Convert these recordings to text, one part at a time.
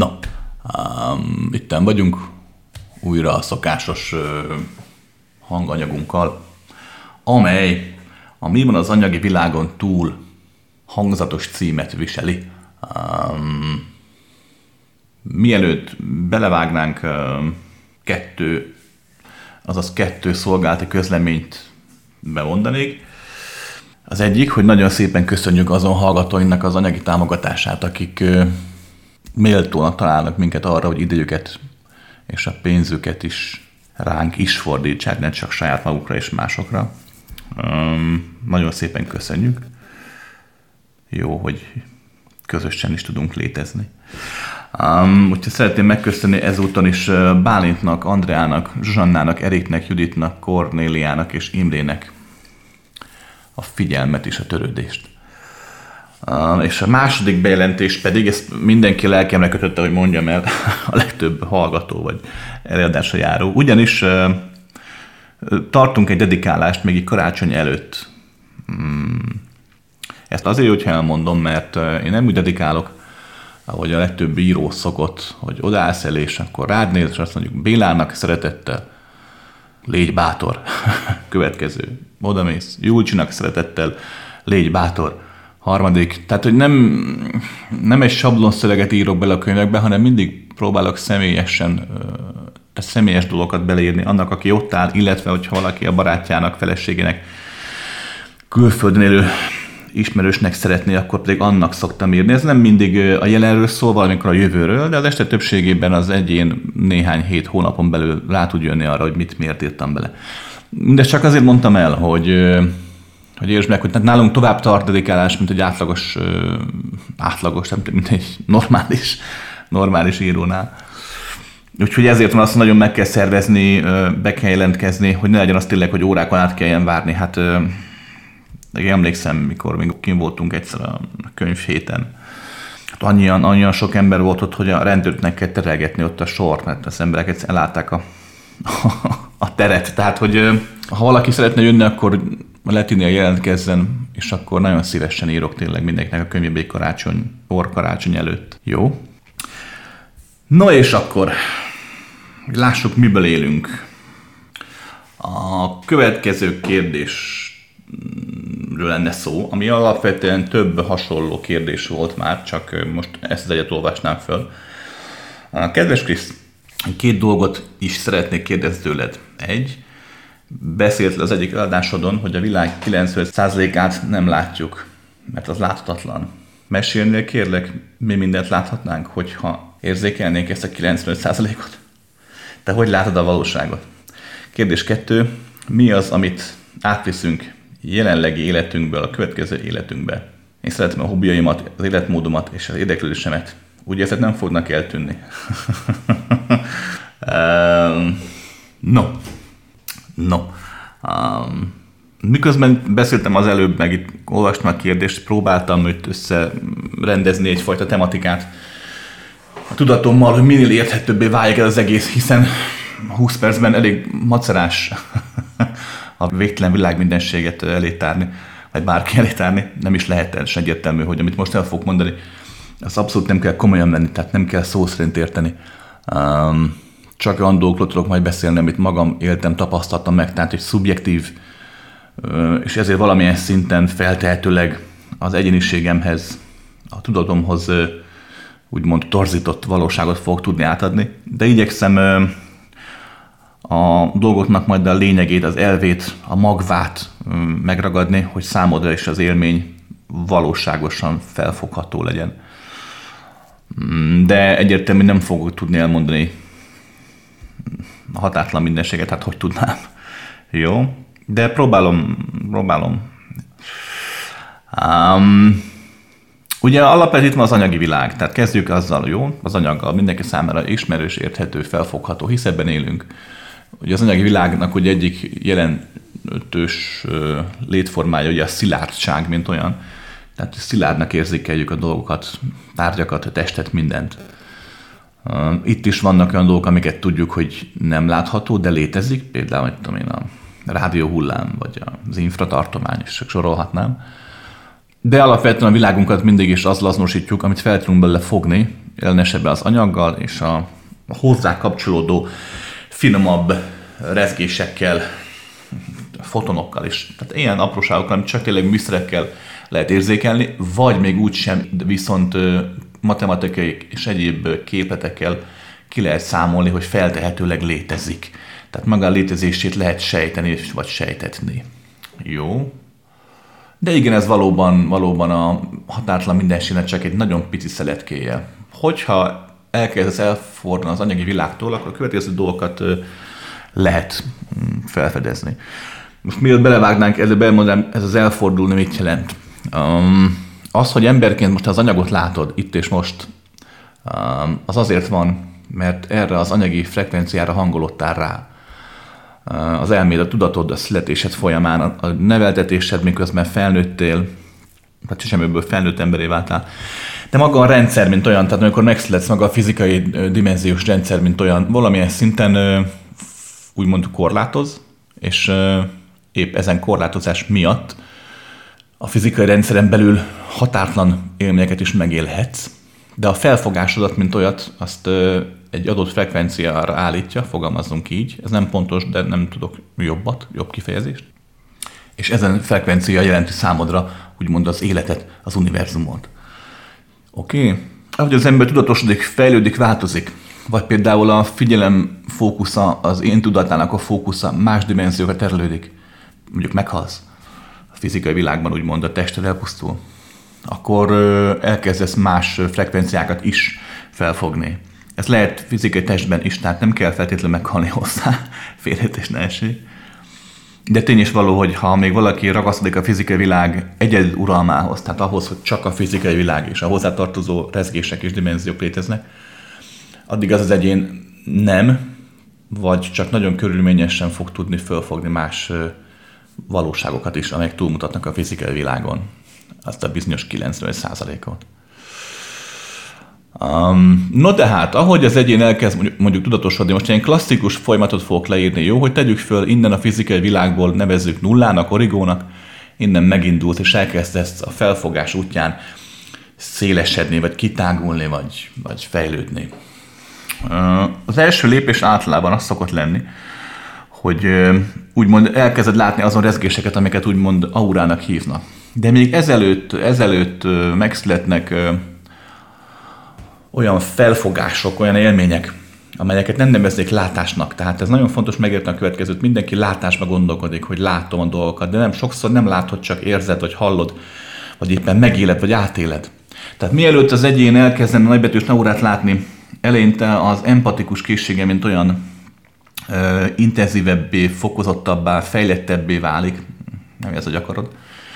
Na, itten vagyunk, újra a szokásos hanganyagunkkal, amely a Mi van az anyagi világon túl hangzatos címet viseli. Mielőtt belevágnánk kettő szolgálati közleményt bemondanék. Az egyik, hogy nagyon szépen köszönjük azon hallgatóinknak az anyagi támogatását, akik méltónak találnak minket arra, hogy idejüket és a pénzüket is ránk is fordítsák, ne csak saját magukra és másokra. Nagyon szépen köszönjük. Jó, hogy közösen is tudunk létezni. Úgyhogy szeretném megköszönni ezúton is Bálintnak, Andreának, Zsuzsannának, Eriknek, Juditnak, Kornéliának és Imrének a figyelmet és a törődést. És a második bejelentés pedig, ezt mindenki lelkemre kötötte, hogy mondjam el, a legtöbb hallgató vagy előadásra járó. Ugyanis tartunk egy dedikálást még így karácsony előtt. Ezt azért, hogyha elmondom, mert én nem úgy dedikálok, ahogy a legtöbb író szokott, hogy odaállsz el, és akkor rád néz, és azt mondjuk Bélának szeretettel, légy bátor. Következő. Odamész, Julcsinak szeretettel, légy bátor. Harmadik. Tehát, hogy nem egy sablonszöveget írok bele a könyvekbe, hanem mindig próbálok személyes dolgokat beleírni annak, aki ott áll, illetve, hogyha valaki a barátjának, feleségének, külföldön élő ismerősnek szeretné, akkor pedig annak szoktam írni. Ez nem mindig a jelenről szól, valamikor a jövőről, de az este többségében az egyén néhány hónapon belül rá tud jönni arra, hogy miért írtam bele. De csak azért mondtam el, hogy értsd meg, hogy nálunk tovább tart dedikálás, mint egy átlagos, mint egy normális írónál. Úgyhogy ezért van azt, nagyon meg kell szervezni, be kell jelentkezni, hogy ne legyen az tényleg, hogy órákon át kelljen várni. Hát én emlékszem, mikor még kint voltunk egyszer a könyvhéten. Hát annyian sok ember volt ott, hogy a rendőrnek kell terelgetni ott a sort, mert az emberek egyszer elállták a teret. Tehát, hogy ha valaki szeretne jönni, akkor Letinél jelentkezzen, és akkor nagyon szívesen írok tényleg mindenkinek a könyvébe egy karácsony előtt. Jó? No és akkor lássuk, miből élünk. A következő kérdésről lenne szó, ami alapvetően több hasonló kérdés volt már, csak most ezt az egyet olvasnám föl. Kedves Krisz, 2 dolgot is szeretnék kérdezni tőled. 1. Beszélt az egyik adásodon, hogy a világ 95%-át nem látjuk, mert az láthatatlan. Mesélnél kérlek, mi mindent láthatnánk, hogyha érzékelnénk ezt a 95%-ot? Te hogy látod a valóságot? Kérdés 2. Mi az, amit átviszünk jelenlegi életünkből a következő életünkbe? Én szeretem a hobbiaimat, az életmódomat és az érdeklődésemet. Úgy érzed, nem fognak eltűnni. No. Miközben beszéltem az előbb, meg itt olvastam a kérdést, próbáltam itt összerendezni egyfajta tematikát a tudatommal, hogy minél érthetőbbé váljék ez az egész, hiszen 20 percben elég macerás a végtelen világ mindenséget elétárni, vagy bárki elétárni. Nem is lehet ez egyértelmű, hogy amit most el fogok mondani, azt abszolút nem kell komolyan venni, tehát nem kell szó szerint érteni. Csak olyan dolgokról tudok majd beszélni, amit magam éltem, tapasztaltam meg, tehát egy szubjektív, és ezért valamilyen szinten feltehetőleg az egyéniségemhez, a tudatomhoz úgymond torzított valóságot fogok tudni átadni, de igyekszem a dolgoknak majd a lényegét, az elvét, a magvát megragadni, hogy számodra is az élmény valóságosan felfogható legyen. De egyértelműen nem fogok tudni elmondani a határtlan mindenséget, hát hogy tudnám. Jó? De próbálom. Ugye alapvetően az anyagi világ, tehát kezdjük azzal, jó? Az anyaggal mindenki számára ismerős, érthető, felfogható, hisz ebben élünk. Ugye az anyagi világnak ugye egyik jelentős létformája ugye a szilárdság, mint olyan. Tehát szilárdnak érzékeljük a dolgokat, tárgyakat, a testet, mindent. Itt is vannak olyan dolgok, amiket tudjuk, hogy nem látható, de létezik, például a rádióhullám, vagy az infratartomány, és csak sorolhatnám. De alapvetően a világunkat mindig is azzal azonosítjuk, amit fel tudunk belőle fogni, jelen esetben az anyaggal és a hozzá kapcsolódó finomabb rezgésekkel, fotonokkal is. Tehát ilyen apróságokkal, amit csak tényleg műszerekkel lehet érzékelni, vagy még úgy sem, viszont matematikai és egyéb képletekkel ki lehet számolni, hogy feltehetőleg létezik. Tehát maga a létezését lehet sejteni, vagy sejtetni. Jó. De igen, ez valóban a határtalan mindenségnek csak egy nagyon pici szeletkéje. Hogyha elkezdesz elfordulni az anyagi világtól, akkor a következő dolgokat lehet felfedezni. Most mielőtt belevágnánk, előbb elmondanám, ez az elfordulni mit jelent. Az, hogy emberként most az anyagot látod itt és most, az azért van, mert erre az anyagi frekvenciára hangolódtál rá. Az elméd, a tudatod, a születésed folyamán, a neveltetésed, miközben felnőttél, vagy semmiből felnőtt emberé váltál. De maga a rendszer, mint olyan, tehát amikor megszületsz, maga a fizikai dimenziós rendszer, mint olyan, valamilyen szinten úgymond korlátoz, és épp ezen korlátozás miatt a fizikai rendszeren belül határtlan élményeket is megélhetsz, de a felfogásodat, mint olyat, azt egy adott frekvenciára állítja, fogalmazzunk így, ez nem pontos, de nem tudok jobb kifejezést. És ezen frekvencia jelenti számodra úgymond az életet, az univerzumot. Oké? Ahogy az ember tudatosodik, fejlődik, változik, vagy például a figyelem fókusza, az én tudatának a fókusza más dimenziókra terelődik, mondjuk meghalsz, a fizikai világban úgymond a tested elpusztul, akkor elkezdesz más frekvenciákat is felfogni. Ez lehet fizikai testben is, tehát nem kell feltétlenül meghalni hozzá, félreértés ne essék. De tény is való, hogy ha még valaki ragaszkodik a fizikai világ egyedül uralmához, tehát ahhoz, hogy csak a fizikai világ és a hozzátartozó rezgések és dimenziók léteznek, addig az egyén nem, vagy csak nagyon körülményesen fog tudni fölfogni más valóságokat is, amelyek túlmutatnak a fizikai világon. Azt a bizonyos 90%-ot. No tehát, ahogy az egyén elkezd mondjuk tudatosodni, most egy klasszikus folyamatot fogok leírni, jó? Hogy tegyük föl, innen a fizikai világból nevezzük nullának, origónak, innen megindult, és elkezdesz a felfogás útján szélesedni, vagy kitágulni, vagy fejlődni. Az első lépés általában az szokott lenni, hogy úgymond elkezded látni azon rezgéseket, amiket úgymond aurának hívnak. De még ezelőtt megszületnek olyan felfogások, olyan élmények, amelyeket nem neveznék látásnak. Tehát ez nagyon fontos megérteni a következőt. Mindenki látásba gondolkodik, hogy látom a dolgokat, de nem, sokszor nem látod, csak érzed, vagy hallod, vagy éppen megéled, vagy átéled. Tehát mielőtt az egyén elkezdene nagybetűs aurát látni, eleinte az empatikus készsége, mint olyan intenzívebbé, fokozottabbá, fejlettebbé válik. Nem ez, hogy akarod.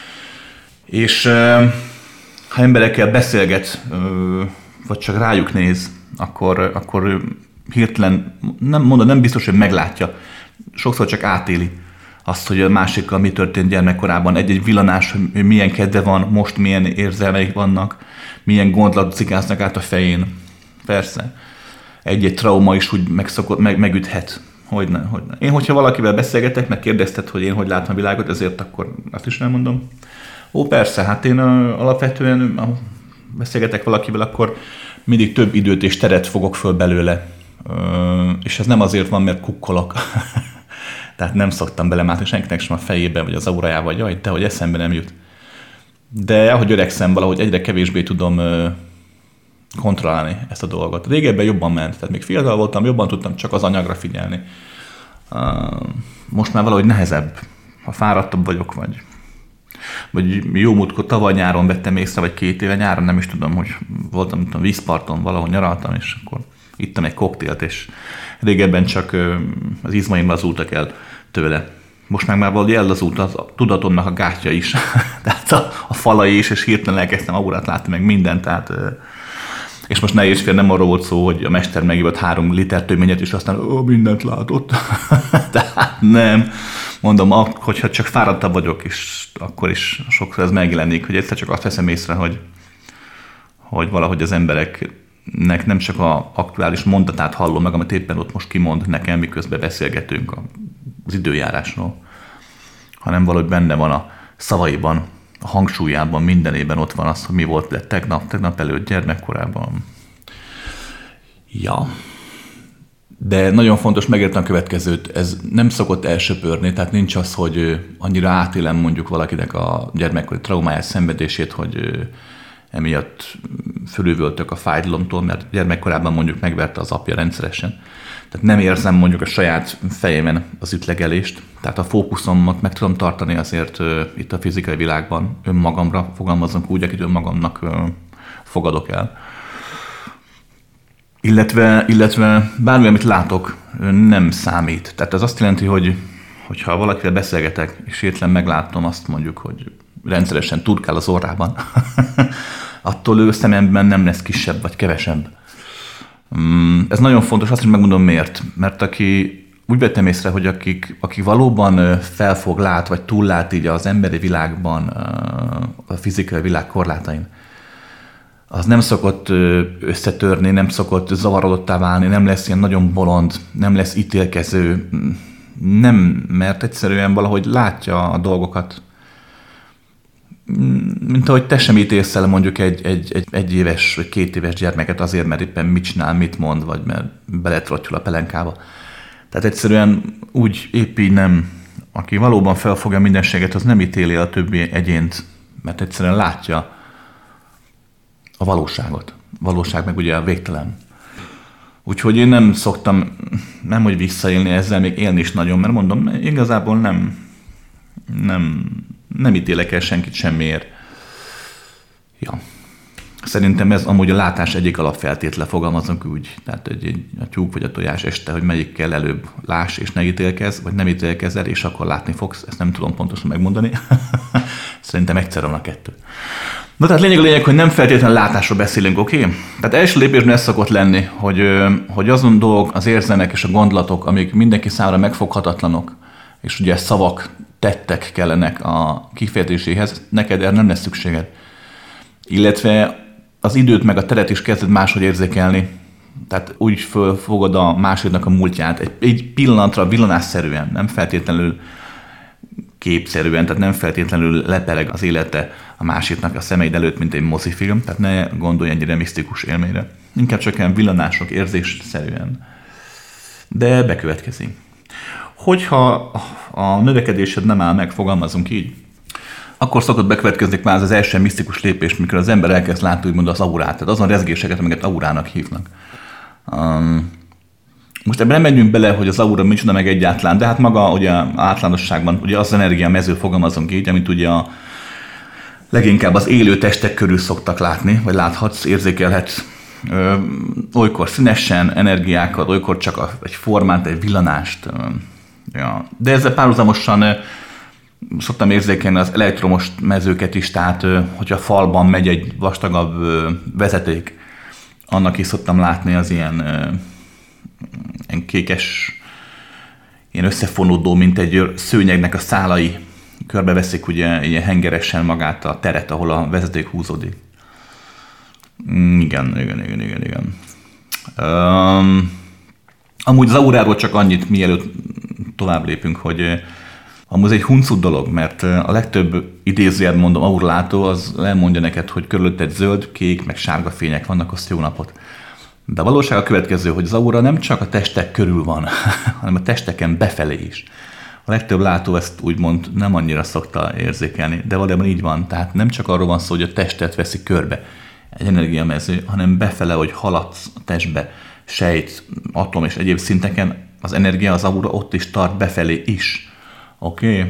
És ha emberekkel beszélget, vagy csak rájuk néz, akkor hirtelen, nem biztos, hogy meglátja. Sokszor csak átéli azt, hogy a másikkal mi történt gyermekkorában. Egy-egy villanás, hogy milyen kedve van, most milyen érzelmeik vannak, milyen gondolatok cikásznak át a fején. Persze. Egy-egy trauma is úgy megüthet. Hogyne. Én, hogyha valakivel beszélgetek, meg kérdezted, hogy én hogy látom a világot, ezért akkor azt is elmondom. Persze, hát én alapvetően beszélgetek valakivel, akkor mindig több időt és teret fogok föl belőle. És ez nem azért van, mert kukkolok. Tehát nem szoktam belemászni senkinek sem a fejébe, vagy az aurájába, vagy jaj, de hogy eszembe nem jut. De ahogy öregszem, valahogy egyre kevésbé tudom kontrollálni ezt a dolgot. Régebben jobban ment, tehát még fiatal voltam, jobban tudtam csak az anyagra figyelni. Most már valahogy nehezebb, ha fáradtabb vagyok, vagy jó múltkor tavaly nyáron vettem észre, vagy 2 éve nyáron, nem is tudom, hogy voltam vízparton, valahol nyaraltam, és akkor ittam egy koktélt, és régebben csak az izmaim lazultak el tőle. Most meg már valahogy ellazult a tudatomnak a gátja is, tehát a falai is, és hirtelen elkezdtem aurát látni, meg mindent, tehát és most ne érts fél, nem arról volt szó, hogy a mester megívott 3 liter töményet, és aztán mindent látott. Tehát nem. Mondom, hogyha csak fáradtabb vagyok, és akkor is sokszor ez megjelenik, hogy egyszer csak azt veszem észre, hogy valahogy az embereknek nem csak az aktuális mondatát hallom meg, amit éppen ott most kimond nekem, miközben beszélgetünk az időjárásról, hanem valahogy benne van a szavaiban, a hangsúlyában, mindenében ott van az, hogy mi volt le tegnap előtt gyermekkorában. Ja, de nagyon fontos megérteni a következőt, ez nem szokott elsöpörni, tehát nincs az, hogy annyira átélem mondjuk valakinek a gyermekkori traumáját, szenvedését, hogy emiatt fölülvöltök a fájdalomtól, mert gyermekkorában mondjuk megverte az apja rendszeresen. Tehát nem érzem mondjuk a saját fejemben az ütlegelést, tehát a fókuszomat meg tudom tartani azért itt a fizikai világban, önmagamra fogalmazunk úgy, akit önmagamnak fogadok el. Illetve bármi, amit látok, nem számít. Tehát ez azt jelenti, hogy ha valakivel beszélgetek, és hirtelen meglátom azt mondjuk, hogy rendszeresen turkál az orrában, attól ő szememben nem lesz kisebb vagy kevesebb. Ez nagyon fontos, azt is megmondom miért. Mert úgy vettem észre, hogy akik valóban felfog, lát, vagy túllát így az emberi világban, a fizikai világ korlátain, az nem szokott összetörni, nem szokott zavarodottá válni, nem lesz ilyen nagyon bolond, nem lesz ítélkező, nem, mert egyszerűen valahogy látja a dolgokat. Mint ahogy te sem ítélsz el mondjuk egy éves vagy 2 éves gyermeket azért, mert éppen mit csinál, mit mond, vagy mert beletrottyol a pelenkába. Tehát egyszerűen úgy épp így nem. Aki valóban felfogja mindenséget, az nem ítéli a többi egyént, mert egyszerűen látja a valóságot. Valóság meg ugye a végtelen. Úgyhogy én nem szoktam, nem hogy visszaélni ezzel, még élni is nagyon, mert mondom, igazából nem ítélek el senkit semmiért. Ja. Szerintem ez amúgy a látás egyik alapfeltétele, fogalmazunk úgy. Tehát a tyúk vagy a tojás este, hogy melyik kell előbb láss és ne ítélkezz, vagy nem ítélkezz el, és akkor látni fogsz. Ezt nem tudom pontosan megmondani. Szerintem egyszer van a kettő. Na tehát lényeg, hogy nem feltétlenül látásról beszélünk, oké? Tehát első lépésben ez szokott lenni, hogy azon dolgok, az érzelmek és a gondolatok, amik mindenki számára megfoghatatlanok, és ugye szavak, tettek kellenek a kifejezéséhez, neked erre nem lesz szükséged. Illetve az időt meg a teret is kezded máshogy érzékelni. Tehát úgy fölfogod a másiknak a múltját. Egy pillanatra villanásszerűen, nem feltétlenül képszerűen, tehát nem feltétlenül lepeleg az élete a másiknak a szemeid előtt, mint egy mozifilm, tehát ne gondolj ennyire misztikus élményre. Inkább csak ilyen villanások, érzésszerűen. De bekövetkezik. Hogyha a növekedésed nem áll meg, fogalmazunk így, akkor szokott bekövetkezni kvázi az első misztikus lépés, mikor az ember elkezd látni úgymond az aurát, tehát azon rezgéseket, amiket aurának hívnak. Most ebben nem megyünk bele, hogy az aura micsoda meg egyáltalán, de hát maga ugye általánosságban ugye az energia mező, fogalmazunk így, amit ugye leginkább az élő testek körül szoktak látni, vagy láthatsz, érzékelhetsz. Olykor színesen energiákat, olykor csak egy formát, egy villanást. Ja. De ezzel párhuzamosan szoktam érzékelni az elektromos mezőket is, tehát hogyha falban megy egy vastagabb vezeték, annak is szoktam látni az ilyen kékes, ilyen összefonódó, mint egy szőnyegnek a szálai körbeveszik ugye ilyen hengeresen magát a teret, ahol a vezeték húzódik. Igen. Amúgy az auráról csak annyit, mielőtt tovább lépünk, hogy amúgy egy huncut dolog, mert a legtöbb idézőjelben mondom auralátó, az elmondja neked, hogy körülötted zöld, kék, meg sárga fények vannak, azt jó napot. De a valóság a következő, hogy az aura nem csak a testek körül van, hanem a testeken befelé is. A legtöbb látó ezt úgymond nem annyira szokta érzékelni, de valójában így van. Tehát nem csak arról van szó, hogy a testet veszi körbe egy energiamező, hanem befele, hogy haladsz a testbe, sejt, atom és egyéb szinteken, az energia, az aura ott is tart befelé is. Oké?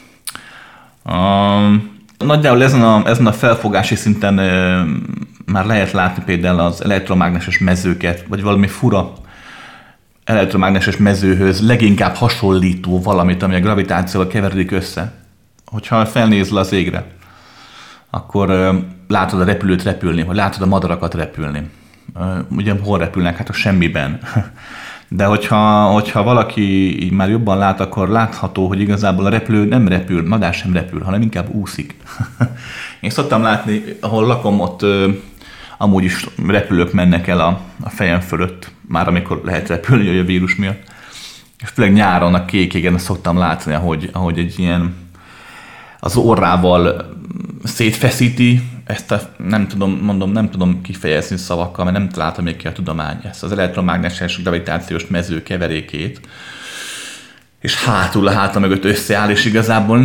Nagyjából ezen a felfogási szinten már lehet látni például az elektromágneses mezőket, vagy valami fura elektromágneses mezőhöz leginkább hasonlító valamit, ami a gravitációval keveredik össze. Hogyha felnézel az égre, akkor látod a repülőt repülni, vagy látod a madarakat repülni. Ugye hol repülnek? Hát a semmiben. De hogyha valaki így már jobban lát, akkor látható, hogy igazából a repülő nem repül, madár sem repül, hanem inkább úszik. Én szoktam látni, ahol lakom, ott amúgy is repülők mennek el a fejem fölött, már amikor lehet repülni a vírus miatt. És főleg nyáron a kék égen szoktam látni, ahogy egy ilyen az orrával szétfeszíti ezt nem tudom kifejezni szavakkal, mert nem találtam még ki a tudomány ezt az elektromágneses gravitációs mező keverékét, és hátul a háta mögött összeáll, és igazából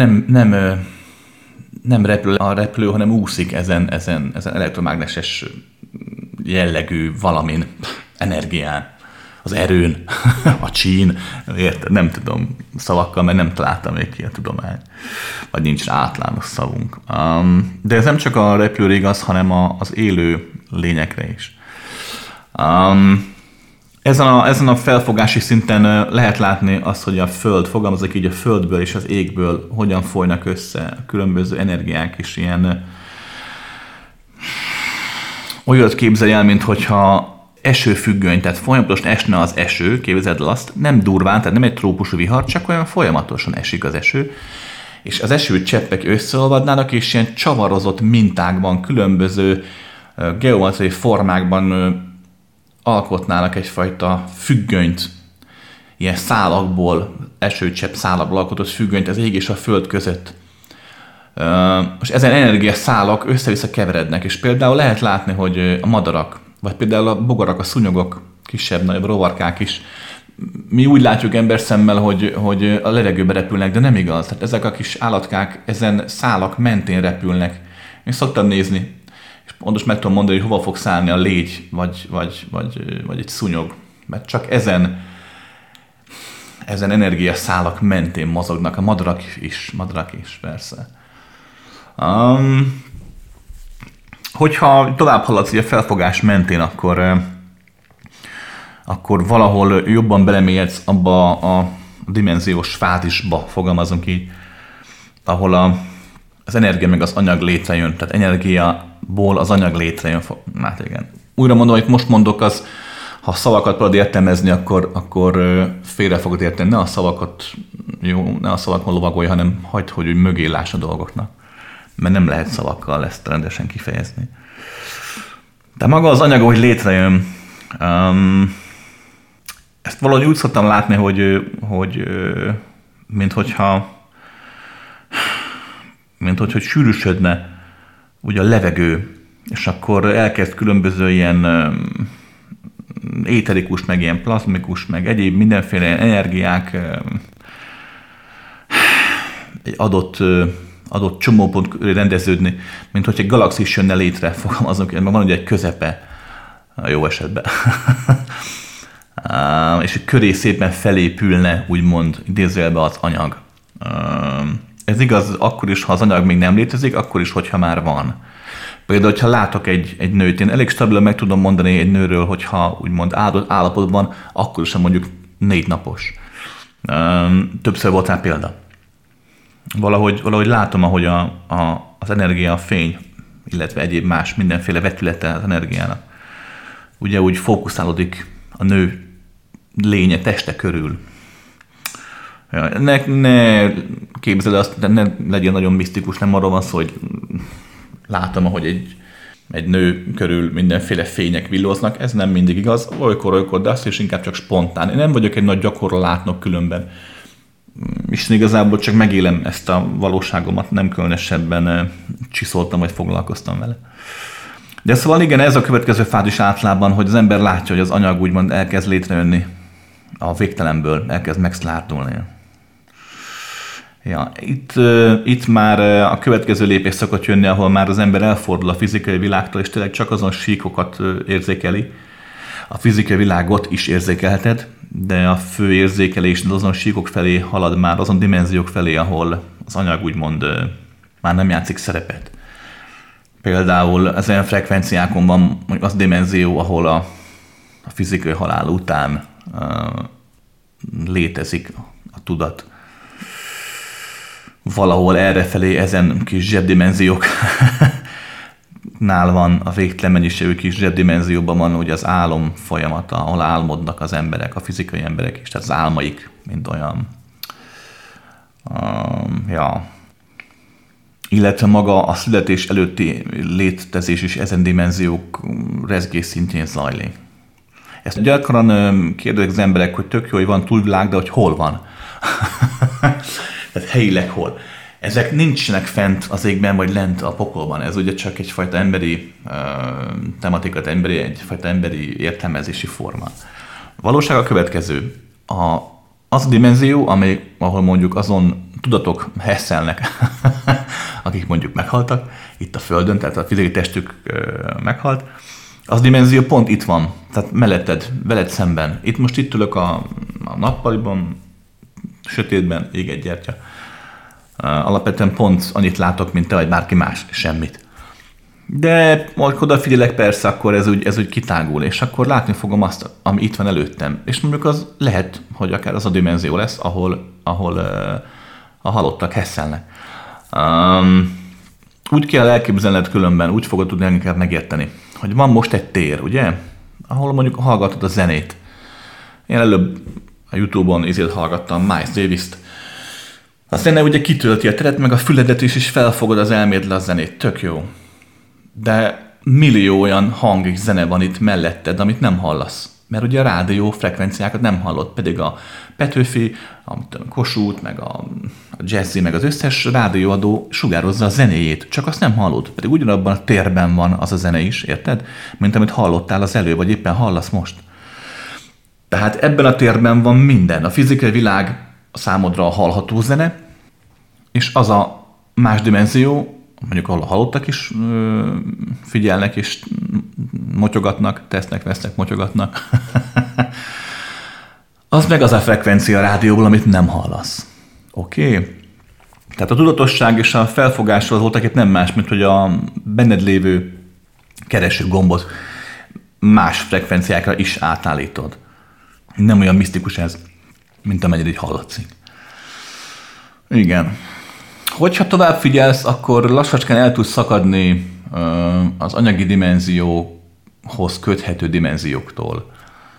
nem repül a repülő, hanem úszik ezen elektromágneses jellegű valamin, energián, az erőn, a csín, érted? Nem tudom szavakkal, mert nem találtam még ki a tudomány, vagy nincs rá általános szavunk. De ez nem csak a repülőre igaz, hanem az élő lényekre is. Ezen a felfogási szinten lehet látni azt, hogy a Föld, fogalmazok így, a Földből és az égből hogyan folynak össze különböző energiák is, ilyen olyat képzelj el, minthogyha esőfüggöny, tehát folyamatosan esne az eső, képzeld el azt, nem durván, tehát nem egy trópusi vihar, csak olyan folyamatosan esik az eső, és az esőcseppek összeolvadnának, és ilyen csavarozott mintákban, különböző geometriai formákban alkotnának egyfajta függönyt, ilyen szálakból, esőcsepp szálakból alkotott függönyt az ég és a föld között. És ezen energiaszálak össze-vissza keverednek, és például lehet látni, hogy a madarak, vagy például a bogarak, a szúnyogok, kisebb-nagyobb rovarkák is, mi úgy látjuk ember szemmel, hogy a levegőbe repülnek, de nem igaz. Tehát ezek a kis állatkák ezen szálak mentén repülnek. Én szoktam nézni, és pontos meg tudom mondani, hogy hova fog szállni a légy, vagy egy szúnyog. Mert csak ezen energiaszálak mentén mozognak, a madarak is, persze. Hogyha tovább haladsz a felfogás mentén, akkor valahol jobban belemélyedsz abba a dimenziós fázisba, fogalmazunk így, ahol az energia meg az anyag létrejön, tehát energiából az anyag létrejön. Hát igen. Újra mondom, hogy most mondok, ha szavakat próbálod értelmezni, akkor félre fogod érteni. Ne a szavakon lovagolj, hanem hagyd, hogy mögé láss a dolgoknak. Mert nem lehet szavakkal ezt rendesen kifejezni. De maga az anyag, hogy létrejön, ezt valahogy úgy szoktam látni, hogy minthogyha sűrűsödne ugye a levegő, és akkor elkezd különböző ilyen éterikus, meg ilyen plazmikus, meg egyéb mindenféle energiák egy adott csomópont rendeződni, mint hogy egy galaxis jönne létre, fogalmazunk, mert van ugye egy közepe, jó esetben. És egy köré szépen felépülne, úgymond, idézőjelben az anyag. Ez igaz akkor is, ha az anyag még nem létezik, akkor is, hogyha már van. Például, hogyha látok egy nőt, én elég stabilan meg tudom mondani egy nőről, hogyha úgymond áldott állapotban, akkor is mondjuk 4 napos. Többször volt rá példa. Valahogy látom, ahogy az energia, a fény, illetve egyéb más mindenféle vetülete az energiának ugye úgy fókuszálódik a nő lénye, teste körül. Ne képzeld azt, de ne legyen nagyon misztikus, nem arról van szó, hogy látom, ahogy egy nő körül mindenféle fények villóznak, ez nem mindig igaz, olykor, de azt is inkább csak spontán. Én nem vagyok egy nagy gyakorló látnok különben. Isten igazából csak megélem ezt a valóságomat, nem különösebben csiszoltam, vagy foglalkoztam vele. De szóval igen, ez a következő fázis általában, hogy az ember látja, hogy az anyag úgymond elkezd létrejönni a végtelenből, elkezd megszlárdulni. Ja, itt már a következő lépés szokott jönni, ahol már az ember elfordul a fizikai világtól, és tényleg csak azon síkokat érzékeli. A fizikai világot is érzékelheted, de a fő érzékelés azon síkok felé halad már, azon dimenziók felé, ahol az anyag úgymond már nem játszik szerepet. Például ezen frekvenciákon van az dimenzió, ahol a fizikai halál után létezik a tudat. Valahol errefelé ezen kis zsebdimenzióknál van a végtelen mennyiségű kis zsebdimenzióban van ugye az álom folyamata, ahol álmodnak az emberek, a fizikai emberek is, tehát az álmaik, mint olyan. Illetve maga a születés előtti létezés is ezen dimenziók rezgés szintjén zajlik. Ezt gyakran kérdezik az emberek, hogy tök jó, hogy van túlvilág, de hogy hol van? Tehát helyileg hol? ezek nincsenek fent az égben, vagy lent a pokolban. Ez ugye csak egyfajta emberi tematikát, egyfajta emberi értelmezési forma. A valóság a következő. Az a dimenzió, ahol mondjuk azon tudatok hesszelnek, akik mondjuk meghaltak itt a Földön, tehát a fizikai testük meghalt, az dimenzió pont itt van, tehát melletted, veled szemben. Itt ülök a nappaliban, sötétben, ég egy gyertya. Alapvetően pont annyit látok, mint te vagy bárki más, semmit. De majd odafigyelek persze, akkor ez úgy kitágul, és akkor látni fogom azt, ami itt van előttem. És mondjuk az lehet, hogy akár az a dimenzió lesz, ahol a halottak hesszelnek. Úgy kell elképzelned különben, úgy fogod tudni inkább megérteni, hogy van most egy tér, ugye? Ahol mondjuk hallgatod a zenét. Én előbb a YouTube-on hallgattam Miles Davis-t. Aztán ugye kitölti a teret, meg a füledet is, és felfogod az elmédle a zenét. Tök jó. De millió olyan hang és zene van itt melletted, amit nem hallasz. Mert ugye a rádió frekvenciákat nem hallod, pedig a Petőfi, a Kossuth, meg a Jazzy, meg az összes rádióadó sugározza a zenéjét, csak azt nem hallod. Pedig ugyanabban a térben van az a zene is, érted? Mint amit hallottál az előbb, vagy éppen hallasz most. Tehát ebben a térben van minden. A fizikai világ számodra a hallható zene, és az a más dimenzió, mondjuk ahol a halottak is figyelnek, és motyogatnak, tesznek, vesznek, motyogatnak. Az meg az a frekvencia a rádióból, amit nem hallasz. Oké? Tehát a tudatosság és a felfogásról voltak itt nem más, mint hogy a benned lévő kereső gombot más frekvenciákra is átállítod. Nem olyan misztikus ez, mint amennyire így hallatszik. Igen. Hogyha tovább figyelsz, akkor lassacskán el tudsz szakadni az anyagi dimenzióhoz köthető dimenzióktól.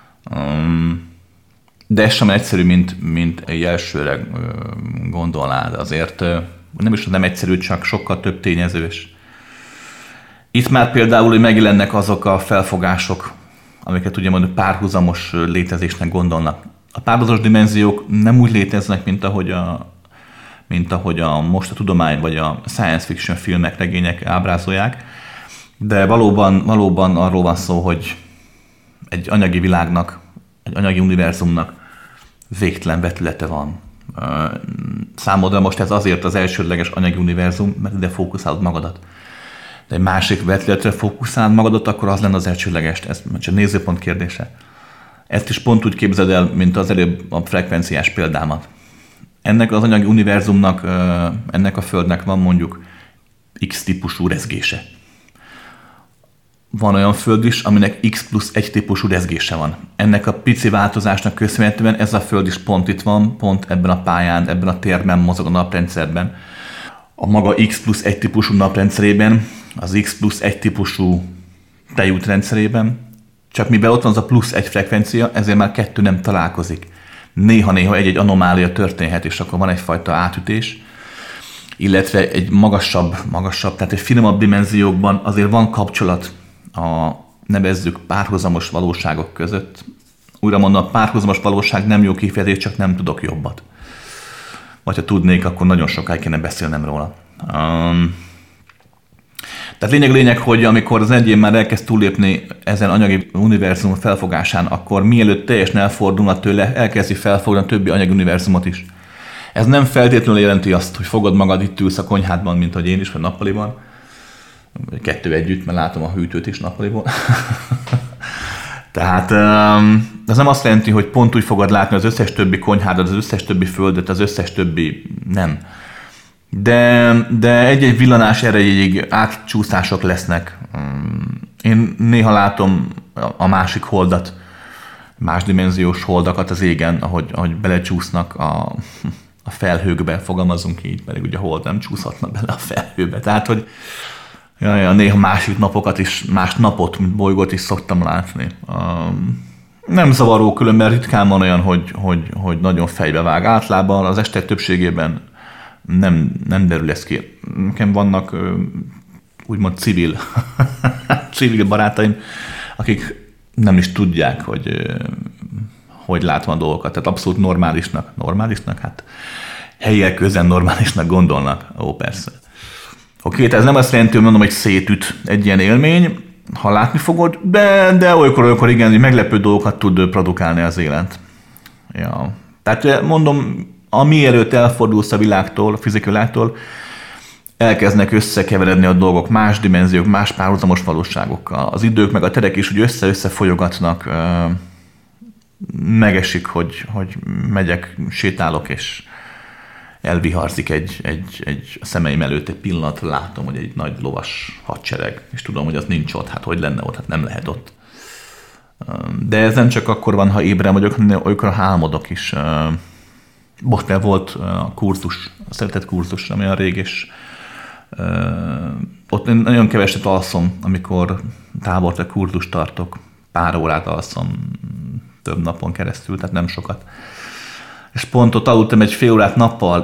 De ez sem egyszerű, mint egy elsőre gondolnád. Azért nem egyszerű, csak sokkal több tényezős. Itt már például, hogy megjelennek azok a felfogások, amiket ugye mondjuk párhuzamos létezésnek gondolnak. A párhuzamos dimenziók nem úgy léteznek, mint ahogy most a tudomány vagy a science fiction filmek, regények ábrázolják, de valóban arról van szó, hogy egy anyagi világnak, egy anyagi univerzumnak végtelen vetülete van. Számodra most ez azért az elsődleges anyagi univerzum, mert ide fókuszálod magadat. De egy másik vetületre fókuszálod magadat, akkor az lenne az elsődleges. Ez csak nézőpont kérdése. Ezt is pont úgy képzeld el, mint az előbb a frekvenciás példámat. Ennek az anyagi univerzumnak, ennek a Földnek van mondjuk X típusú rezgése. Van olyan Föld is, aminek X+1 típusú rezgése van. Ennek a pici változásnak köszönhetően ez a Föld is pont itt van, pont ebben a pályán, ebben a térben mozog a naprendszerben. A maga X+1 típusú naprendszerében, az X+1 típusú tejútrendszerében, csak mivel ott van az a +1 frekvencia, ezért már kettő nem találkozik. Néha-néha egy anomália történhet, és akkor van egyfajta átütés, illetve egy magasabb, tehát egy finomabb dimenziókban azért van kapcsolat a nevezzük párhuzamos valóságok között. Újra mondom, a párhuzamos valóság nem jó kifejezés, csak nem tudok jobbat. Vagy ha tudnék, akkor nagyon sokáig kéne beszélnem róla. Tehát lényeg, hogy amikor az egyén már elkezd túllépni ezen anyagi univerzum felfogásán, akkor mielőtt teljesen elfordulna tőle, elkezdi felfogni a többi anyagi univerzumot is. Ez nem feltétlenül jelenti azt, hogy fogod magad, itt ülsz a konyhádban, mint hogy én is, vagy nappaliban. Kettő együtt, mert látom a hűtőt is nappaliban. Tehát ez nem azt jelenti, hogy pont úgy fogod látni az összes többi konyhádat, az összes többi földet, az összes többi nem. De egy-egy villanás erejéig átcsúszások lesznek. Én néha látom a másik holdat, más dimenziós holdakat az égen, ahogy belecsúsznak a felhőkbe, fogalmazunk így, pedig ugye a hold nem csúszhatna bele a felhőbe. Tehát, hogy néha másik napokat is, más napot, mint bolygót is szoktam látni. Nem zavaró, különben ritkán van olyan, hogy nagyon fejbe vág. Általában az estek többségében nem derül ez ki. Nekem vannak úgymond civil barátaim, akik nem is tudják, hogy látom a dolgokat. Tehát abszolút normálisnak, hát helyiek közel normálisnak gondolnak. Ó, persze. Oké, tehát ez nem azt jelenti, hogy mondom, hogy szétüt egy ilyen élmény, ha látni fogod, de olykor igen, hogy meglepő dolgokat tud produkálni az élet. Ja. Tehát mondom, mielőtt elfordulsz a világtól, a fizikai világtól, elkezdnek összekeveredni a dolgok, más dimenziók, más párhuzamos valóságokkal. Az idők meg a terek is úgy össze-össze folyogatnak, megesik, hogy megyek, sétálok, és elviharzik a szemeim előtt egy pillanat, látom, hogy egy nagy lovas hadsereg, és tudom, hogy az nincs ott, hát hogy lenne ott, hát nem lehet ott. De ez nem csak akkor van, ha ébren vagyok, hanem olykor álmodok is. Most volt a kurzus, a szeretett kurzus, ami olyan rég, és ott én nagyon keveset alszom, amikor tábort a kurzust tartok. Pár órát alszom több napon keresztül, tehát nem sokat. És pont ott aludtam egy fél órát nappal,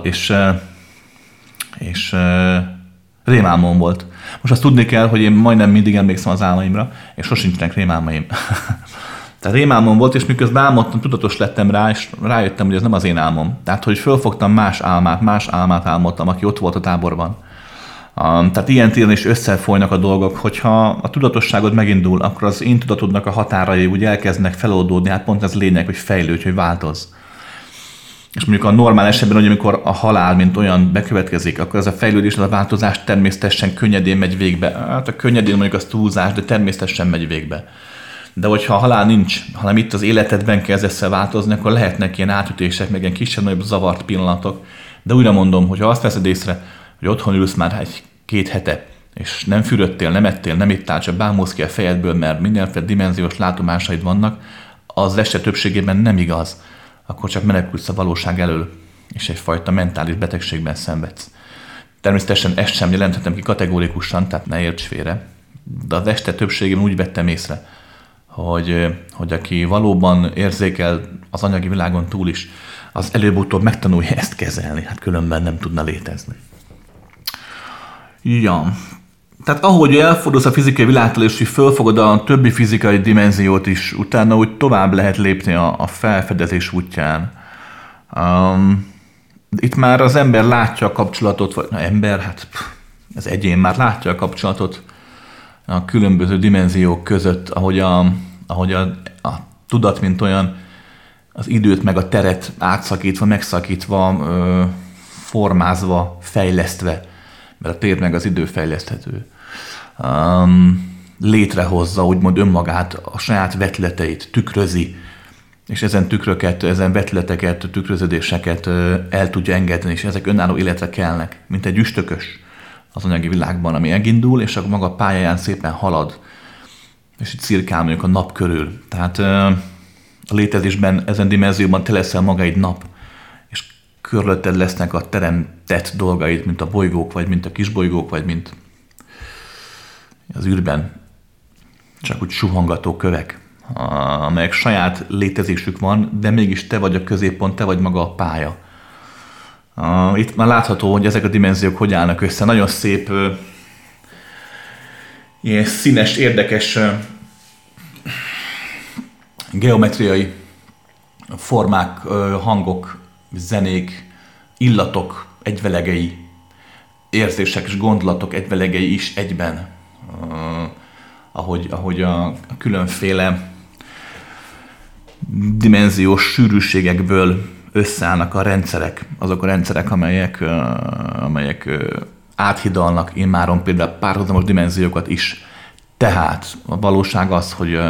és rémálmom volt. Most azt tudni kell, hogy én majdnem mindig emlékszem az álmaimra, és sosincsenek rémálmaim. Tehát rémálmom volt, és miközben álmodtam, tudatos lettem rá, és rájöttem, hogy ez nem az én álmom. Tehát, hogy fölfogtam más álmát álmodtam, aki ott volt a táborban. Tehát ilyen téren is összefolynak a dolgok, hogyha a tudatosságod megindul, akkor az én tudatodnak a határai úgy elkezdnek feloldódni, hát pont ez lényeg, hogy fejlődj, hogy változz. És mondjuk a normál esetben, hogy amikor a halál, mint olyan bekövetkezik, akkor ez a fejlődés, az a változás természetesen könnyedén megy végbe. Hát a könnyedén mondjuk az túlzás, de természetesen megy végbe. De hogyha a halál nincs, hanem itt az életedben kezdesz el változni, akkor lehetnek ilyen átütések, meg ilyen kisebb-nagyobb zavart pillanatok. De újra mondom, hogyha azt veszed észre, hogy otthon ülsz már egy-két hete, és nem fürödtél, nem ettél, nem ittál, csak bámulsz ki a fejedből, mert mindenféle dimenziós látomásaid vannak, az este többségében nem igaz. Akkor csak menekülsz a valóság elől, és egyfajta mentális betegségben szenvedsz. Természetesen ezt sem jelenthetem ki kategórikusan, tehát ne érts félre, de az este többségében úgy vettem észre, hogy aki valóban érzékel az anyagi világon túl is, az előbb-utóbb megtanulja ezt kezelni, hát különben nem tudna létezni. Ja. Tehát ahogy elfordulsz a fizikai világtól, és hogy fölfogod a többi fizikai dimenziót is, utána úgy tovább lehet lépni a felfedezés útján. Itt már az ember látja a kapcsolatot, vagy az egyén már látja a kapcsolatot a különböző dimenziók között, ahogy a tudat, mint olyan, az időt meg a teret átszakítva, megszakítva, formázva, fejlesztve, mert a tér meg az idő fejleszthető. Létrehozza, úgymond önmagát, a saját vetületeit tükrözi, és ezen tükröket, ezen vetületeket, tükröződéseket el tudja engedni, és ezek önálló életre kelnek, mint egy üstökös az anyagi világban, ami megindul, és akkor maga pályáján szépen halad, és így cirkál mondjuk a nap körül. Tehát a létezésben, ezen dimenzióban te leszel maga egy nap, és körülötted lesznek a teremtett dolgaid, mint a bolygók, vagy mint a kisbolygók, vagy mint az űrben csak úgy suhangató kövek, amelyek saját létezésük van, de mégis te vagy a középpont, te vagy maga a pálya. Itt már látható, hogy ezek a dimenziók hogy állnak össze. Nagyon szép, ilyen színes, érdekes geometriai formák, hangok, zenék, illatok egyvelegei, érzések és gondolatok egyvelegei is egyben. Ahogy a különféle dimenziós sűrűségekből összeállnak a rendszerek, azok a rendszerek, amelyek áthidalnak immáron például párhuzamos dimenziókat is. Tehát a valóság az,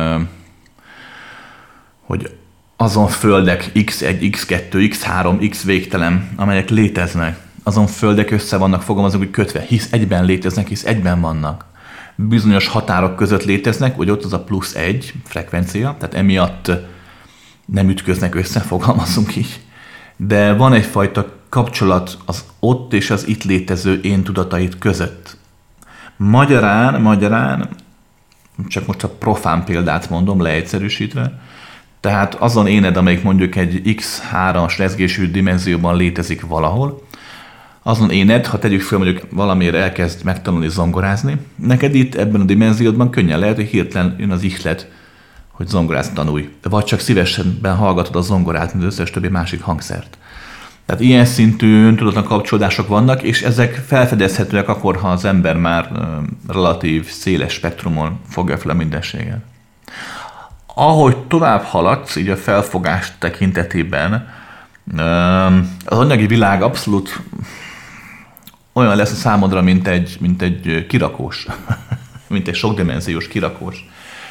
hogy azon földek X1, X2, X3, X végtelen, amelyek léteznek, azon földek össze vannak fogalmazva, hogy kötve, hisz egyben léteznek, hisz egyben vannak. Bizonyos határok között léteznek, hogy ott az a +1 frekvencia, tehát emiatt nem ütköznek össze, fogalmazunk így. De van egyfajta kapcsolat az ott és az itt létező én tudatait között. Magyarán, csak most a profán példát mondom, leegyszerűsítve, tehát azon éned, amelyik mondjuk egy X3-as rezgésű dimenzióban létezik valahol, azon éned, ha tegyük fel, mondjuk valamiért elkezd megtanulni zongorázni, neked itt ebben a dimenziódban könnyen lehet, hogy hirtelen jön az ihlet, hogy zongorázni tanulj. Vagy csak szívesen hallgatod a zongorát, mint az összes többi másik hangszert. Tehát ilyen szintű öntudatlan kapcsolódások vannak, és ezek felfedezhetőek akkor, ha az ember már relatív széles spektrumon fogja fel a mindenséget. Ahogy tovább haladsz, így a felfogás tekintetében, az anyagi világ abszolút olyan lesz a számodra, mint egy kirakós, mint egy sokdimenziós kirakós.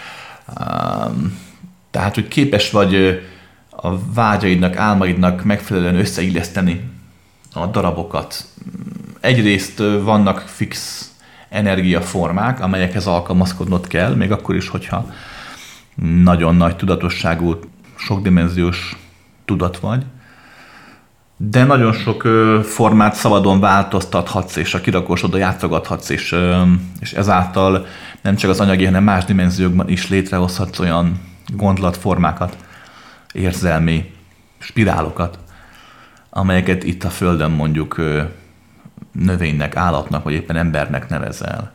Tehát, hogy képes vagy a vágyaidnak, álmaidnak megfelelően összeilleszteni a darabokat. Egyrészt vannak fix energiaformák, amelyekhez alkalmazkodnod kell, még akkor is, hogyha nagyon nagy tudatosságú, sokdimenziós tudat vagy, de nagyon sok formát szabadon változtathatsz, és a kirakósodra játszogathatsz, és ezáltal nem csak az anyagi, hanem más dimenziókban is létrehozhatsz olyan gondolatformákat, érzelmi spirálokat, amelyeket itt a Földön mondjuk növénynek, állatnak, vagy éppen embernek nevezel.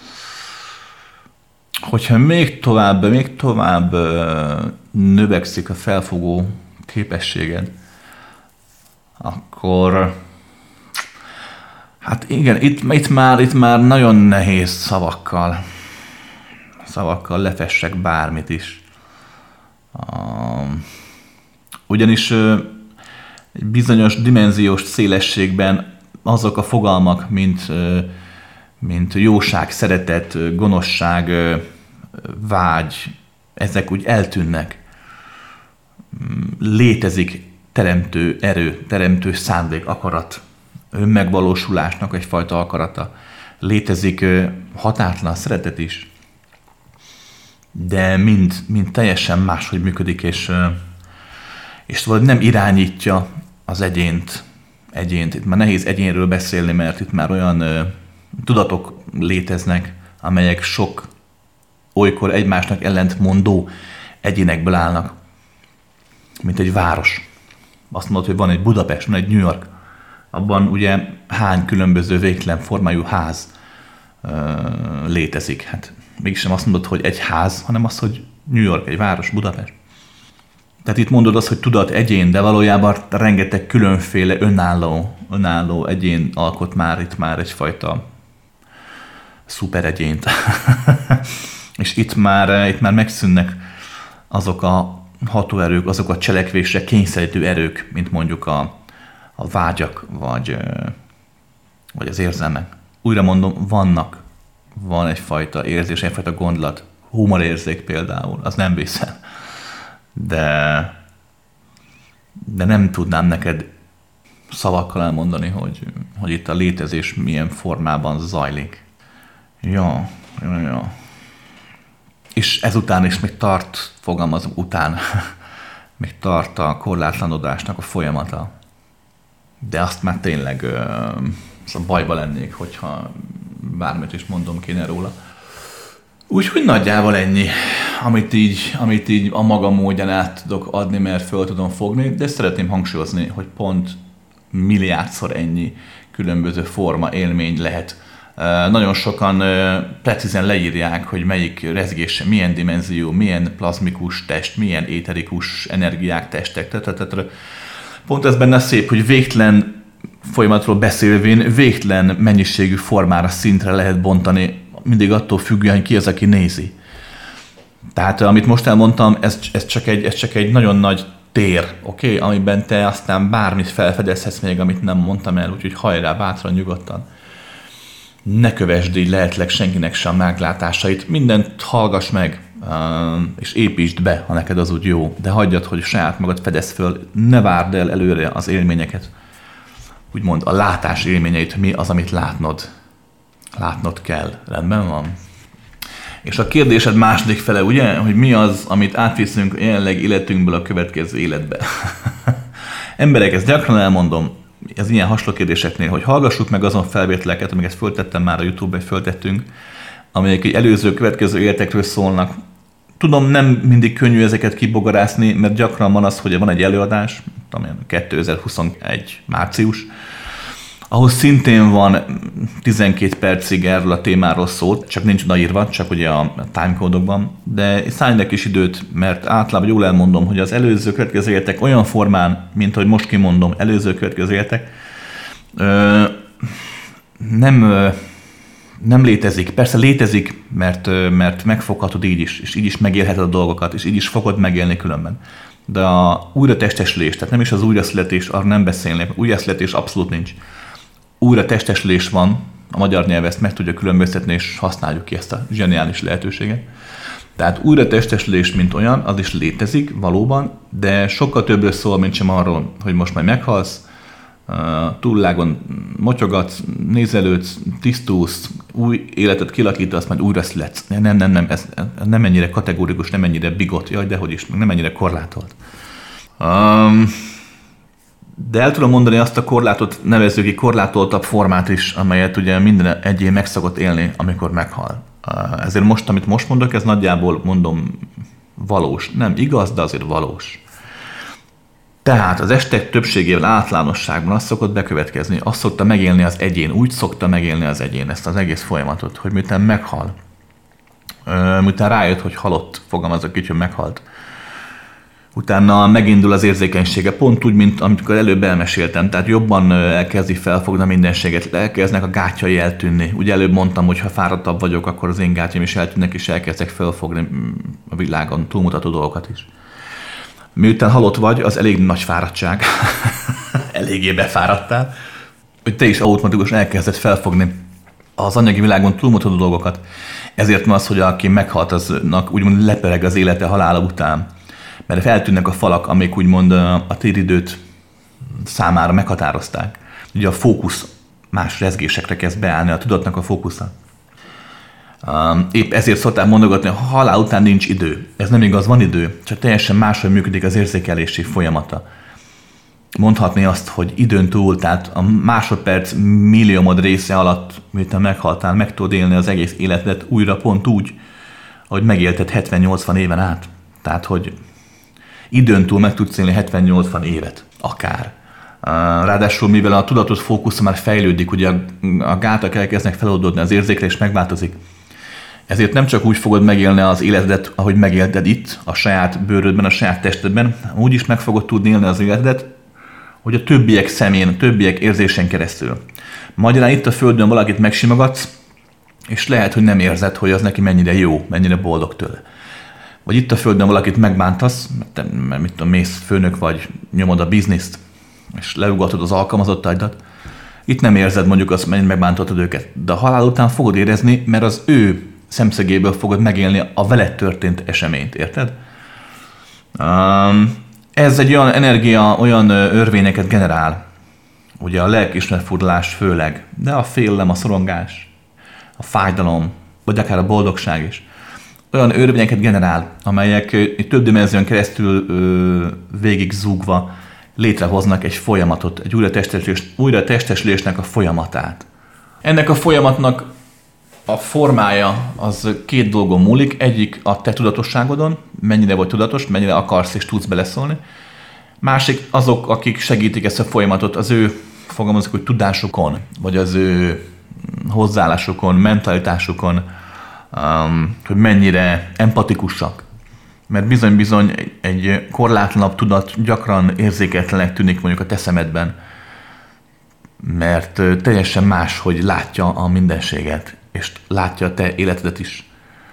Hogyha még tovább növekszik a felfogó képességed, akkor hát igen, itt már nagyon nehéz szavakkal lefessek bármit is. Ugyanis egy bizonyos dimenziós szélességben azok a fogalmak, mint jóság, szeretet, gonoszság, vágy, ezek úgy eltűnnek. Létezik teremtő erő, teremtő szándék, akarat, önmegvalósulásnak egyfajta akarata. Létezik határtalan szeretet is, de mind teljesen máshogy működik, és nem irányítja az egyént. Itt már nehéz egyénről beszélni, mert itt már olyan tudatok léteznek, amelyek sok olykor egymásnak ellentmondó egyénekből állnak, mint egy város. Azt mondod, hogy van egy Budapest, van egy New York, abban ugye hány különböző végtelen formájú ház létezik. Hát mégsem azt mondod, hogy egy ház, hanem az, hogy New York, egy város, Budapest. Tehát itt mondod azt, hogy tudat, egyén, de valójában rengeteg különféle önálló egyén alkot itt már egyfajta szuperegyént. És itt már megszűnnek azok a hatóerők, azok a cselekvésre kényszerítő erők, mint mondjuk a vágyak, vagy az érzelmek. Újra mondom, van egyfajta érzés, egyfajta gondolat, humorérzék például, az nem vészel. De nem tudnám neked szavakkal elmondani, hogy itt a létezés milyen formában zajlik. Ja. És ezután is még fogalmazom után, még tart a korlátlanodásnak a folyamata. De azt már tényleg szóval bajba lennék, hogyha bármit is mondom kéne róla. Úgyhogy nagyjából ennyi, amit így a maga módján át tudok adni, mert föl tudom fogni, de szeretném hangsúlyozni, hogy pont milliárdszor ennyi különböző forma, élmény lehet. Nagyon sokan precízen leírják, hogy melyik rezgés, milyen dimenzió, milyen plazmikus test, milyen éterikus energiák, testek. Pont ez benne szép, hogy végtelen folyamatról beszélvén végtelen mennyiségű formára, szintre lehet bontani, mindig attól függően, ki az, aki nézi. Tehát amit most elmondtam, ez csak egy nagyon nagy tér, oké? Amiben te aztán bármit felfedezhetsz még, amit nem mondtam el, úgyhogy hajrá, bátran, nyugodtan. Ne kövesd így lehetleg senkinek sem a meglátásait, mindent hallgass meg, és építsd be, ha neked az úgy jó, de hagyjad, hogy saját magad fedezz föl, ne várd el előre az élményeket. Úgymond a látás élményeit, mi az, amit látnod kell. Rendben van? És a kérdésed második fele, ugye, hogy mi az, amit átviszünk jelenleg életünkből a következő életbe. Emberek, ezt gyakran elmondom, az ilyen hasonló kérdéseknél, hogy hallgassuk meg azon felvételeket, amiket föltettem már a YouTube-ra, föltettünk, amelyek egy előző, következő életekről szólnak. Tudom, nem mindig könnyű ezeket kibogarászni, mert gyakran van az, hogy van egy előadás, 2021. március, ahol szintén van 12 percig erről a témáról szó, csak nincs odaírva, csak ugye a timecode-okban, de szállj neki is időt, mert általában jól elmondom, hogy az előző következő életek olyan formán, mint ahogy most kimondom, előző következő életek, nem létezik. Persze létezik, mert megfoghatod így is, és így is megélheted a dolgokat, és így is fogod megélni különben. De a újratestesülés, tehát nem is az újraszületés, arra nem beszélnék, újraszületés abszolút nincs. Újratestesülés van, a magyar nyelv ezt meg tudja különböztetni, és használjuk ki ezt a zseniális lehetőséget. Tehát újratestesülés, mint olyan, az is létezik valóban, de sokkal többről szól, mint sem arról, hogy most majd meghalsz, túllágon motyogatsz, nézelődsz, tisztulsz, új életet kilakítasz, majd újra születsz. Nem, ez nem ennyire kategórikus, nem ennyire bigott, jaj, dehogy is, nem ennyire korlátolt. De el tudom mondani azt a korlátot, nevezzük ki korlátoltabb formát is, amelyet ugye minden egyén meg szokott élni, amikor meghal. Ezért most, amit most mondok, ez nagyjából mondom valós. Nem igaz, de azért valós. Tehát az estek többségével általánosságban azt szokott bekövetkezni, azt szokta megélni az egyén, úgy szokta megélni az egyén ezt az egész folyamatot, hogy miután meghal, miután rájött, hogy halott, fogalmazok így, hogy meghalt, utána megindul az érzékenysége, pont úgy, mint amikor előbb elmeséltem, tehát jobban elkezdi felfogni a mindenséget, elkezdnek a gátjai eltűnni. Ugye előbb mondtam, hogy ha fáradtabb vagyok, akkor az én gátjaim is eltűnnek, és elkezdek felfogni a világon túlmutató dolgokat is. Miután halott vagy, az elég nagy fáradtság, eléggé befáradtál, hogy te is automatikusan elkezded felfogni az anyagi világon túlmutató dolgokat. Ezért van az, hogy aki meghalt, aznak úgymond lepereg az élete halála után. Mert feltűnnek a falak, amik úgymond a téridőt számára meghatározták. Ugye a fókusz más rezgésekre kezd beállni, a tudatnak a fókusza. Épp ezért szokták mondogatni, hogy a halál után nincs idő. Ez nem igaz, van idő, csak teljesen máshogy működik az érzékelési folyamata. Mondhatni azt, hogy időn túl, tehát a másodperc milliómod része alatt, miután meghaltál, meg tudod élni az egész életedet újra pont úgy, ahogy megélted 70-80 éven át. Tehát, hogy időn túl meg tudsz élni 70-80 évet, akár. Ráadásul, mivel a tudatos fókusz már fejlődik, ugye a gátak elkezdnek feloldódni, az érzékelés megváltozik. Ezért nem csak úgy fogod megélni az életedet, ahogy megélted itt, a saját bőrödben, a saját testedben, úgy is meg fogod tudni élni az életedet, hogy a többiek szemén, a többiek érzésen keresztül. Magyarán itt a Földön valakit megsimogatsz, és lehet, hogy nem érzed, hogy az neki mennyire jó, mennyire boldog tőle. Vagy itt a Földön valakit megbántasz, mert mit tudom, mész főnök vagy, nyomod a bizniszt, és leugatod az alkalmazottaidat. Itt nem érzed mondjuk azt, mennyire megbántottad őket, de a halál után fogod érezni, mert az ő szemszögéből fogod megélni a veled történt eseményt, érted? Ez egy olyan energia, olyan örvényeket generál, ugye a lelkiismeretfurdalás főleg, de a félelem, a szorongás, a fájdalom, vagy akár a boldogság is. Olyan örvényeket generál, amelyek több dimenzión keresztül végig zúgva létrehoznak egy folyamatot, egy újratestesülésnek a folyamatát. Ennek a folyamatnak a formája az két dolgon múlik. Egyik a te tudatosságodon, mennyire vagy tudatos, mennyire akarsz és tudsz beleszólni. Másik azok, akik segítik ezt a folyamatot, az ő, fogalmazok, hogy tudásukon, vagy az ő hozzáállásukon, mentalitásukon, hogy mennyire empatikusak. Mert bizony-bizony egy korlátlanabb tudat gyakran érzéketlenek tűnik mondjuk a te szemedben, mert teljesen más, hogy látja a mindenséget, és látja a te életedet is.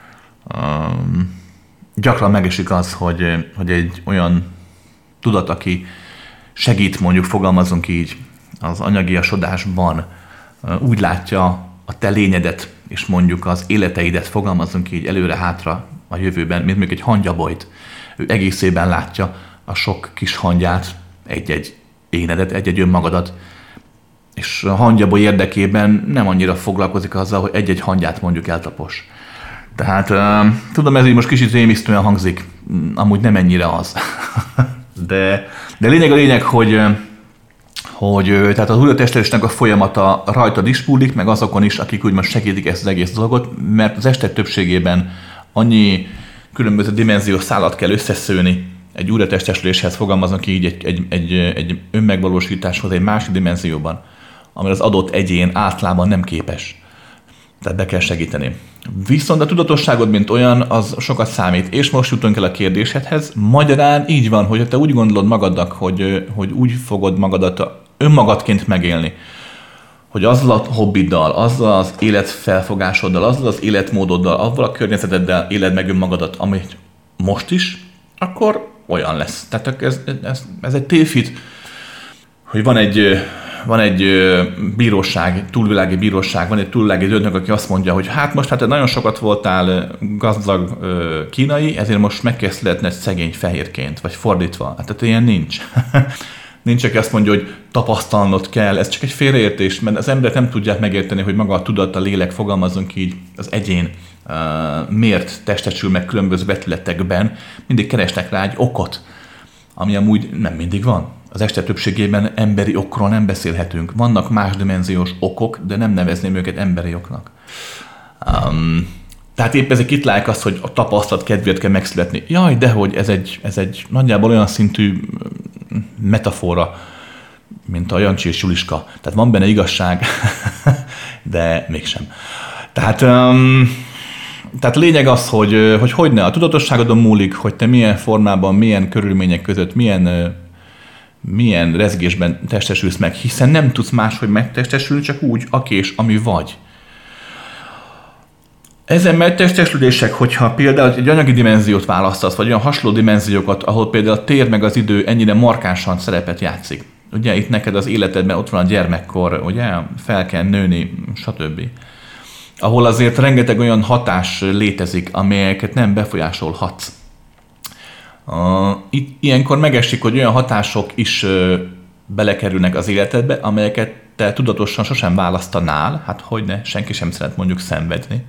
Gyakran megesik az, hogy egy olyan tudat, aki segít, mondjuk fogalmazunk így, az anyagiasodásban, úgy látja a te lényedet, és mondjuk az életeidet, fogalmazunk így előre-hátra a jövőben, mint mondjuk egy hangyabolyt. Ő egészében látja a sok kis hangyát, egy-egy énedet, egy-egy önmagadat, és a hangyaboly érdekében nem annyira foglalkozik azzal, hogy egy-egy hangyát mondjuk eltapos. Tehát tudom, ez így most kicsit rémisztően hangzik, amúgy nem ennyire az. de lényeg, hogy tehát az újratestesülésnek a folyamata rajtad is múlik, meg azokon is, akik úgymond segítik ezt az egész dolgot, mert az estek többségében annyi különböző dimenziós szálat kell összeszőni egy újratestesüléshez, fogalmaznak így egy önmegvalósításhoz egy másik dimenzióban, amire az adott egyén általában nem képes. Tehát be kell segíteni. Viszont a tudatosságod, mint olyan, az sokat számít. És most jutunk el a kérdésedhez. Magyarán így van, hogy te úgy gondolod magadnak, hogy úgy fogod magadat önmagadként megélni, hogy azzal a hobbiddal, azzal az életfelfogásoddal, azzal az életmódoddal, avval a környezeteddel éled meg önmagadat, amit most is, akkor olyan lesz. Tehát ez egy tévhit, hogy van egy bíróság, túlvilági bíróság, van egy túlvilági döntők, aki azt mondja, hogy most te nagyon sokat voltál gazdag kínai, ezért most meg kell születned szegény fehérként, vagy fordítva. Tehát ilyen nincs. Nincs, aki azt mondja, hogy tapasztalnod kell, ez csak egy félreértés, mert az emberek nem tudják megérteni, hogy maga a tudat, a lélek, fogalmazunk így, az egyén miért testesül meg különböző vetületekben, mindig keresnek rá egy okot, ami amúgy nem mindig van. Az este többségében emberi okról nem beszélhetünk. Vannak más dimenziós okok, de nem nevezném őket emberi oknak. Tehát épp ezek kitalálják azt, hogy a tapasztalat kedvéért kell megszületni. Jaj, dehogy ez egy nagyjából olyan szintű metafora, mint a Jancsi és Juliska. Tehát van benne igazság, de mégsem. Tehát lényeg az, hogy ne a tudatosságodon múlik, hogy te milyen formában, milyen körülmények között, milyen rezgésben testesülsz meg, hiszen nem tudsz máshogy megtestesülni, csak úgy, aki és ami vagy. Ezen megtestesülések, hogyha például egy anyagi dimenziót választasz, vagy olyan hasonló dimenziókat, ahol például a tér meg az idő ennyire markánsan szerepet játszik. Ugye itt neked az életedben ott van a gyermekkor, ugye fel kell nőni, stb. Ahol azért rengeteg olyan hatás létezik, amelyeket nem befolyásolhatsz. Ilyenkor megesik, hogy olyan hatások is belekerülnek az életedbe, amelyeket te tudatosan sosem választanál, hát hogyne, senki sem szeret mondjuk szenvedni.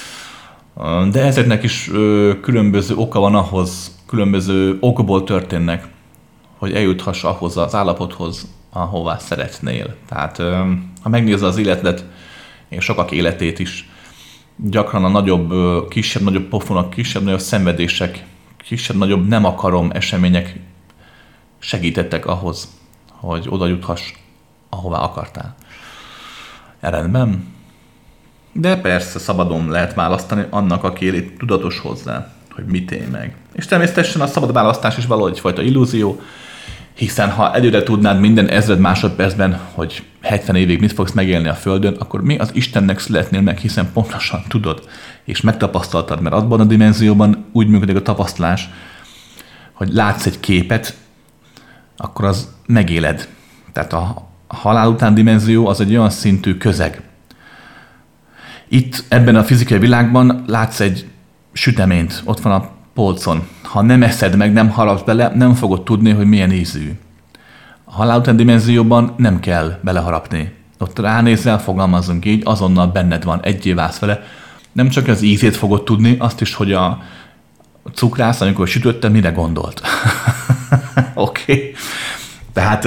De ezeknek is különböző oka van ahhoz, különböző okból történnek, hogy eljuthass ahhoz az állapothoz, ahová szeretnél. Tehát ha megnézed az életet, és sokak életét is, gyakran a kisebb-nagyobb pofonok, kisebb-nagyobb szenvedések, kisebb-nagyobb nem akarom események segítettek ahhoz, hogy oda juthass, ahová akartál. Rendben? De persze szabadon lehet választani annak, aki tudatos hozzá, hogy mit él meg. És természetesen a szabad választás is valahogy egyfajta illúzió, hiszen ha előre tudnád minden ezred másodpercben, hogy 70 évig mit fogsz megélni a Földön, akkor mi az Istennek születnél meg, hiszen pontosan tudod, és megtapasztaltad, mert abban a dimenzióban úgy működik a tapasztalás, hogy látsz egy képet, akkor az megéled. Tehát a halál után dimenzió az egy olyan szintű közeg. Itt, ebben a fizikai világban látsz egy süteményt, ott van a polcon. Ha nem eszed meg, nem harapsz bele, nem fogod tudni, hogy milyen ízű. A halál után dimenzióban nem kell beleharapni. Ott ránézzel, fogalmazzunk így, azonnal benned van, egyé válsz vele. Nem csak az ízét fogod tudni, azt is, hogy a cukrász, amikor sütötte, mire gondolt. Oké. Tehát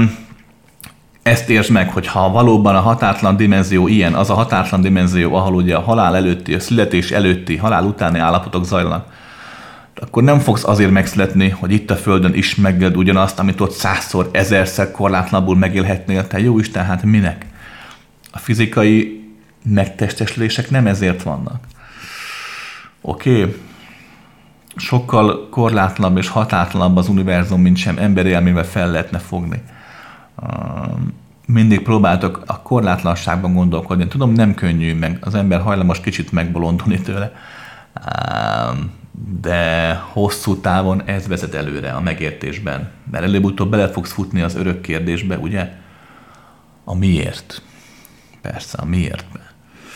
ezt értsd meg, hogy ha valóban a határtlan dimenzió ilyen, az a határtlan dimenzió, ahol ugye a halál előtti, a születés előtti, halál utáni állapotok zajlanak, akkor nem fogsz azért megszületni, hogy itt a Földön is megéld ugyanazt, amit ott 100-szor, 1000-szer korlátlanul megélhetnél. Te jó Isten, hát minek? A fizikai megtestesülések nem ezért vannak. Oké? Sokkal korlátlanabb és hatátlanabb az univerzum, mint sem emberi elmével fel lehetne fogni. Mindig próbáltok a korlátlanságban gondolkodni. Tudom, nem könnyű, meg az ember hajlamos kicsit megbolondulni tőle, de hosszú távon ez vezet előre a megértésben. Mert előbb-utóbb bele fogsz futni az örök kérdésbe, ugye? A miért. Persze, a miértbe.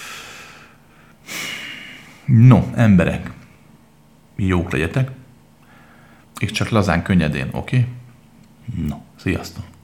No, emberek, jók legyetek, és csak lazán, könnyedén, oké? No, sziasztok!